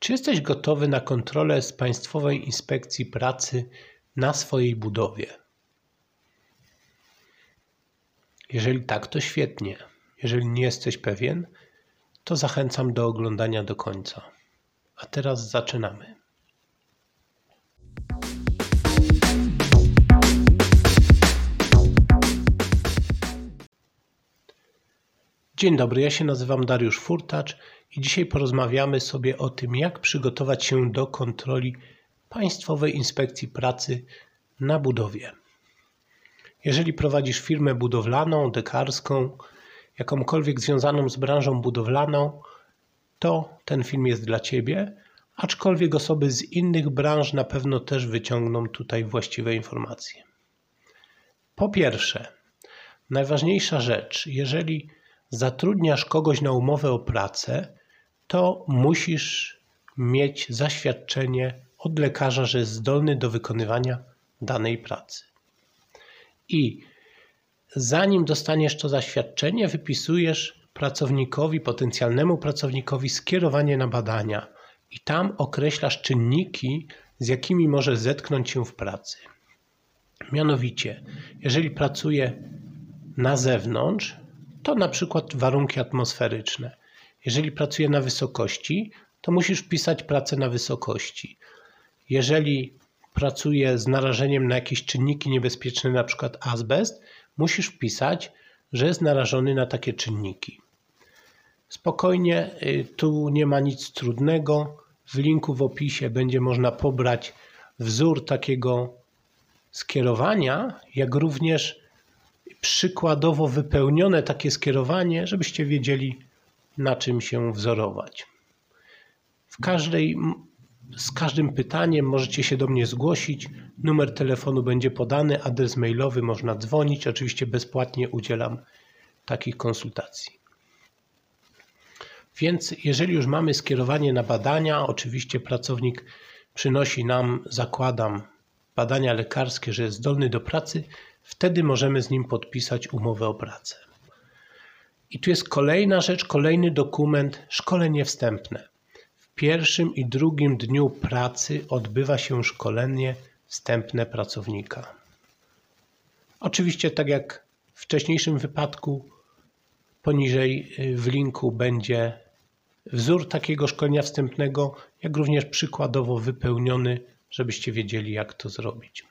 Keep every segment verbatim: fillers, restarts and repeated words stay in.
Czy jesteś gotowy na kontrolę z Państwowej Inspekcji Pracy na swojej budowie? Jeżeli tak, to świetnie. Jeżeli nie jesteś pewien, to zachęcam do oglądania do końca. A teraz zaczynamy. Dzień dobry, ja się nazywam Dariusz Furtacz i dzisiaj porozmawiamy sobie o tym, jak przygotować się do kontroli Państwowej Inspekcji Pracy na budowie. Jeżeli prowadzisz firmę budowlaną, dekarską, jakąkolwiek związaną z branżą budowlaną, to ten film jest dla Ciebie, aczkolwiek osoby z innych branż na pewno też wyciągną tutaj właściwe informacje. Po pierwsze, najważniejsza rzecz, jeżeli zatrudniasz kogoś na umowę o pracę, to musisz mieć zaświadczenie od lekarza, że jest zdolny do wykonywania danej pracy. I zanim dostaniesz to zaświadczenie, wypisujesz pracownikowi, potencjalnemu pracownikowi skierowanie na badania i tam określasz czynniki, z jakimi może zetknąć się w pracy. Mianowicie, jeżeli pracuje na zewnątrz, to na przykład warunki atmosferyczne. Jeżeli pracuje na wysokości, to musisz wpisać pracę na wysokości. Jeżeli pracuje z narażeniem na jakieś czynniki niebezpieczne, na przykład azbest, musisz wpisać, że jest narażony na takie czynniki. Spokojnie, tu nie ma nic trudnego. W linku w opisie będzie można pobrać wzór takiego skierowania, jak również przykładowo wypełnione takie skierowanie, żebyście wiedzieli, na czym się wzorować. W każdej, z każdym pytaniem możecie się do mnie zgłosić. Numer telefonu będzie podany, adres mailowy, można dzwonić. Oczywiście bezpłatnie udzielam takich konsultacji. Więc jeżeli już mamy skierowanie na badania, oczywiście pracownik przynosi nam, zakładam, badania lekarskie, że jest zdolny do pracy, wtedy możemy z nim podpisać umowę o pracę. I tu jest kolejna rzecz, kolejny dokument, szkolenie wstępne. W pierwszym i drugim dniu pracy odbywa się szkolenie wstępne pracownika. Oczywiście, tak jak w wcześniejszym wypadku, poniżej w linku będzie wzór takiego szkolenia wstępnego, jak również przykładowo wypełniony, żebyście wiedzieli, jak to zrobić.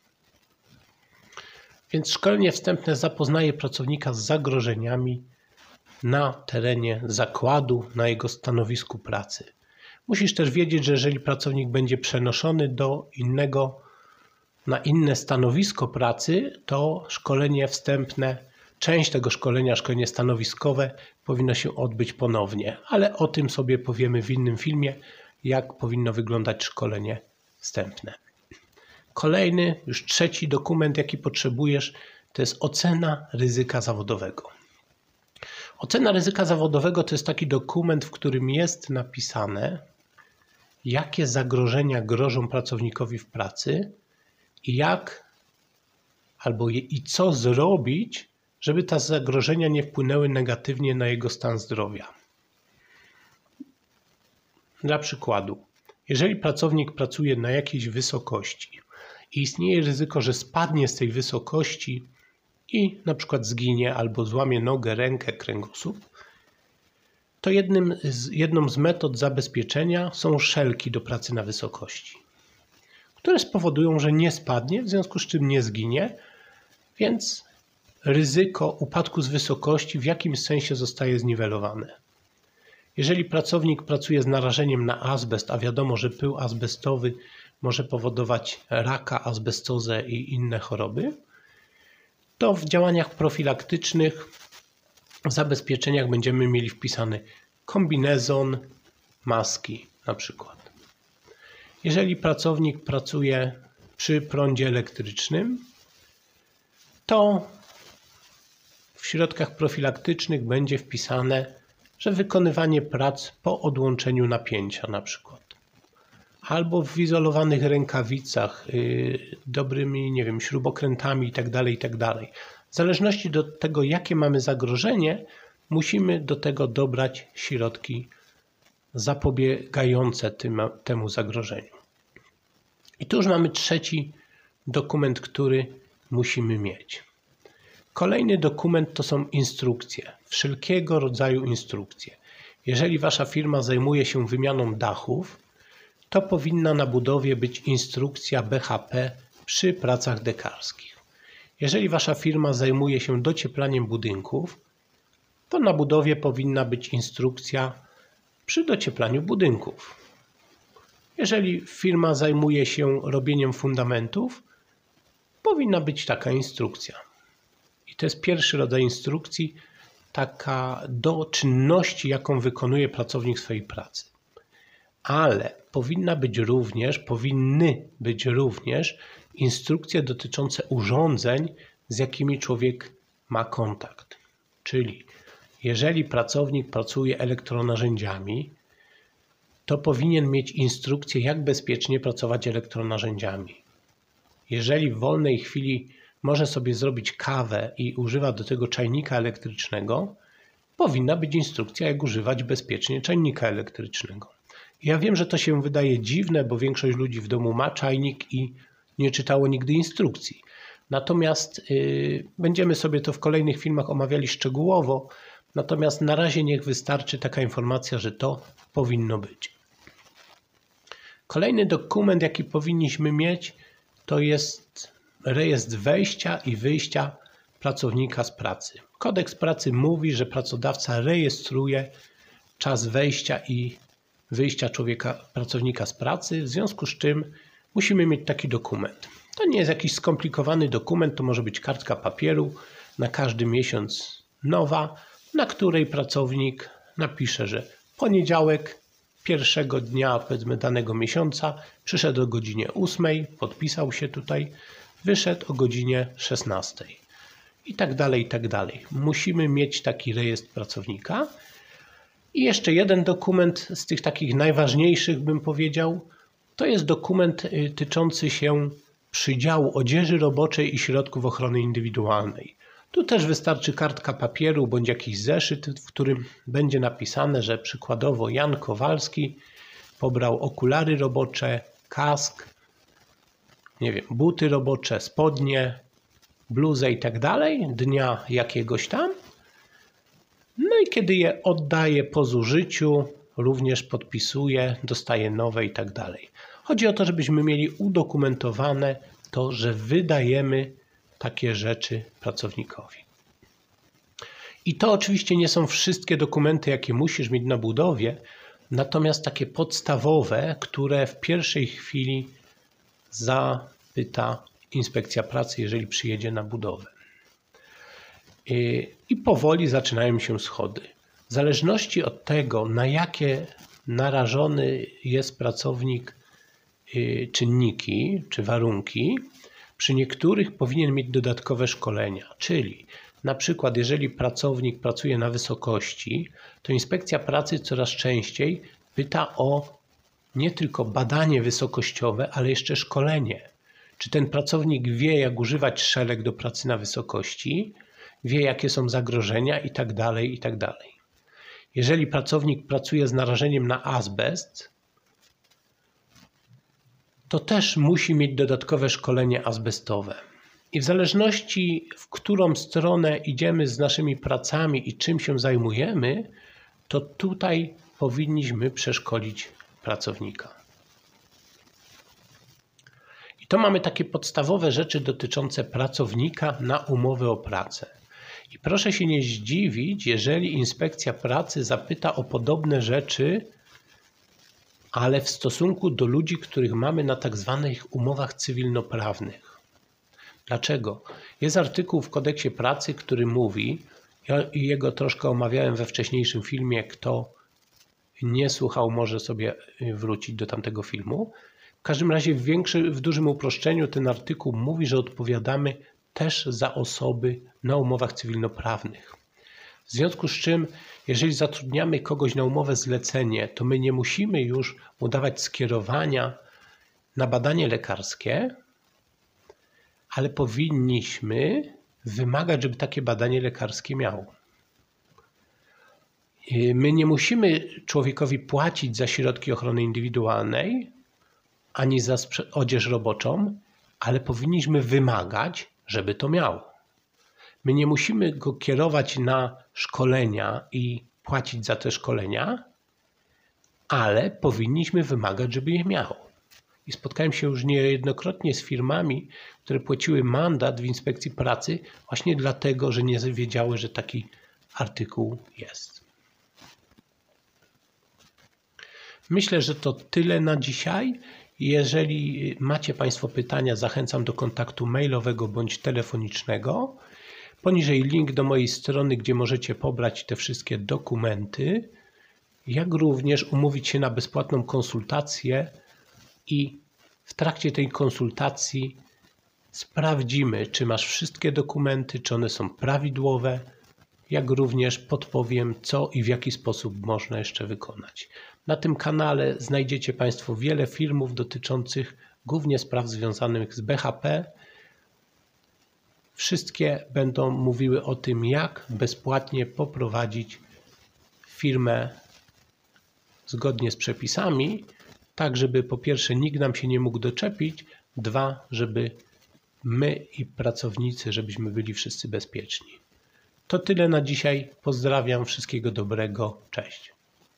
Więc szkolenie wstępne zapoznaje pracownika z zagrożeniami na terenie zakładu, na jego stanowisku pracy. Musisz też wiedzieć, że jeżeli pracownik będzie przenoszony do innego, na inne stanowisko pracy, to szkolenie wstępne, część tego szkolenia, szkolenie stanowiskowe powinno się odbyć ponownie, ale o tym sobie powiemy w innym filmie, jak powinno wyglądać szkolenie wstępne. Kolejny, już trzeci dokument, jaki potrzebujesz, to jest ocena ryzyka zawodowego. Ocena ryzyka zawodowego to jest taki dokument, w którym jest napisane, jakie zagrożenia grożą pracownikowi w pracy i jak albo je, i co zrobić, żeby te zagrożenia nie wpłynęły negatywnie na jego stan zdrowia. Dla przykładu, jeżeli pracownik pracuje na jakiejś wysokości, i istnieje ryzyko, że spadnie z tej wysokości i na przykład zginie albo złamie nogę, rękę, kręgosłup, to jednym z, jedną z metod zabezpieczenia są szelki do pracy na wysokości, które spowodują, że nie spadnie, w związku z czym nie zginie, więc ryzyko upadku z wysokości w jakimś sensie zostaje zniwelowane. Jeżeli pracownik pracuje z narażeniem na azbest, a wiadomo, że pył azbestowy może powodować raka, azbestozę i inne choroby, to w działaniach profilaktycznych, w zabezpieczeniach będziemy mieli wpisany kombinezon, maski na przykład. Jeżeli pracownik pracuje przy prądzie elektrycznym, to w środkach profilaktycznych będzie wpisane, że wykonywanie prac po odłączeniu napięcia na przykład. Albo w izolowanych rękawicach, yy, dobrymi, nie wiem, śrubokrętami itd., itd. W zależności od tego, jakie mamy zagrożenie, musimy do tego dobrać środki zapobiegające tym, temu zagrożeniu. I tu już mamy trzeci dokument, który musimy mieć. Kolejny dokument to są instrukcje, wszelkiego rodzaju instrukcje. Jeżeli wasza firma zajmuje się wymianą dachów, to powinna na budowie być instrukcja B H P przy pracach dekarskich. Jeżeli wasza firma zajmuje się docieplaniem budynków, to na budowie powinna być instrukcja przy docieplaniu budynków. Jeżeli firma zajmuje się robieniem fundamentów, powinna być taka instrukcja. I to jest pierwszy rodzaj instrukcji, taka do czynności, jaką wykonuje pracownik swojej pracy. Ale powinna być również, powinny być również instrukcje dotyczące urządzeń, z jakimi człowiek ma kontakt. Czyli jeżeli pracownik pracuje elektronarzędziami, to powinien mieć instrukcję, jak bezpiecznie pracować elektronarzędziami. Jeżeli w wolnej chwili może sobie zrobić kawę i używa do tego czajnika elektrycznego, powinna być instrukcja, jak używać bezpiecznie czajnika elektrycznego. Ja wiem, że to się wydaje dziwne, bo większość ludzi w domu ma czajnik i nie czytało nigdy instrukcji. Natomiast yy, będziemy sobie to w kolejnych filmach omawiali szczegółowo, natomiast na razie niech wystarczy taka informacja, że to powinno być. Kolejny dokument, jaki powinniśmy mieć, to jest rejestr wejścia i wyjścia pracownika z pracy. Kodeks pracy mówi, że pracodawca rejestruje czas wejścia i wyjścia człowieka, pracownika z pracy, w związku z czym musimy mieć taki dokument. To nie jest jakiś skomplikowany dokument, to może być kartka papieru na każdy miesiąc nowa, na której pracownik napisze, że poniedziałek pierwszego dnia powiedzmy danego miesiąca przyszedł o godzinie ósmej, podpisał się tutaj, wyszedł o godzinie szesnastej i tak dalej, i tak dalej. Musimy mieć taki rejestr pracownika. I jeszcze jeden dokument z tych takich najważniejszych, bym powiedział, to jest dokument tyczący się przydziału odzieży roboczej i środków ochrony indywidualnej. Tu też wystarczy kartka papieru bądź jakiś zeszyt, w którym będzie napisane, że przykładowo Jan Kowalski pobrał okulary robocze, kask, nie wiem, buty robocze, spodnie, bluzę i tak dalej, dnia jakiegoś tam. No i kiedy je oddaje po zużyciu, również podpisuje, dostaje nowe i tak dalej. Chodzi o to, żebyśmy mieli udokumentowane to, że wydajemy takie rzeczy pracownikowi. I to oczywiście nie są wszystkie dokumenty, jakie musisz mieć na budowie, natomiast takie podstawowe, które w pierwszej chwili zapyta inspekcja pracy, jeżeli przyjedzie na budowę. I powoli zaczynają się schody. W zależności od tego, na jakie narażony jest pracownik czynniki czy warunki, przy niektórych powinien mieć dodatkowe szkolenia, czyli na przykład jeżeli pracownik pracuje na wysokości, to inspekcja pracy coraz częściej pyta o nie tylko badanie wysokościowe, ale jeszcze szkolenie. Czy ten pracownik wie, jak używać szelek do pracy na wysokości, wie, jakie są zagrożenia i tak dalej, i tak dalej. Jeżeli pracownik pracuje z narażeniem na azbest, to też musi mieć dodatkowe szkolenie azbestowe. I w zależności, w którą stronę idziemy z naszymi pracami i czym się zajmujemy, to tutaj powinniśmy przeszkolić pracownika. I to mamy takie podstawowe rzeczy dotyczące pracownika na umowę o pracę. I proszę się nie zdziwić, jeżeli inspekcja pracy zapyta o podobne rzeczy, ale w stosunku do ludzi, których mamy na tak zwanych umowach cywilnoprawnych. Dlaczego? Jest artykuł w kodeksie pracy, który mówi, ja jego troszkę omawiałem we wcześniejszym filmie, kto nie słuchał, może sobie wrócić do tamtego filmu. W każdym razie w, większy, w dużym uproszczeniu ten artykuł mówi, że odpowiadamy też za osoby na umowach cywilnoprawnych. W związku z czym, jeżeli zatrudniamy kogoś na umowę zlecenie, to my nie musimy już mu dawać skierowania na badanie lekarskie, ale powinniśmy wymagać, żeby takie badanie lekarskie miał. My nie musimy człowiekowi płacić za środki ochrony indywidualnej ani za odzież roboczą, ale powinniśmy wymagać, żeby to miał. My nie musimy go kierować na szkolenia i płacić za te szkolenia, ale powinniśmy wymagać, żeby je miał. I spotkałem się już niejednokrotnie z firmami, które płaciły mandat w inspekcji pracy właśnie dlatego, że nie wiedziały, że taki artykuł jest. Myślę, że to tyle na dzisiaj. Jeżeli macie Państwo pytania, zachęcam do kontaktu mailowego bądź telefonicznego. Poniżej link do mojej strony, gdzie możecie pobrać te wszystkie dokumenty, jak również umówić się na bezpłatną konsultację i w trakcie tej konsultacji sprawdzimy, czy masz wszystkie dokumenty, czy one są prawidłowe, jak również podpowiem, co i w jaki sposób można jeszcze wykonać. Na tym kanale znajdziecie Państwo wiele filmów dotyczących głównie spraw związanych z B H P. Wszystkie będą mówiły o tym, jak bezpłatnie poprowadzić firmę zgodnie z przepisami, tak żeby po pierwsze nikt nam się nie mógł doczepić, dwa, żeby my i pracownicy, żebyśmy byli wszyscy bezpieczni. To tyle na dzisiaj. Pozdrawiam, wszystkiego dobrego. Cześć.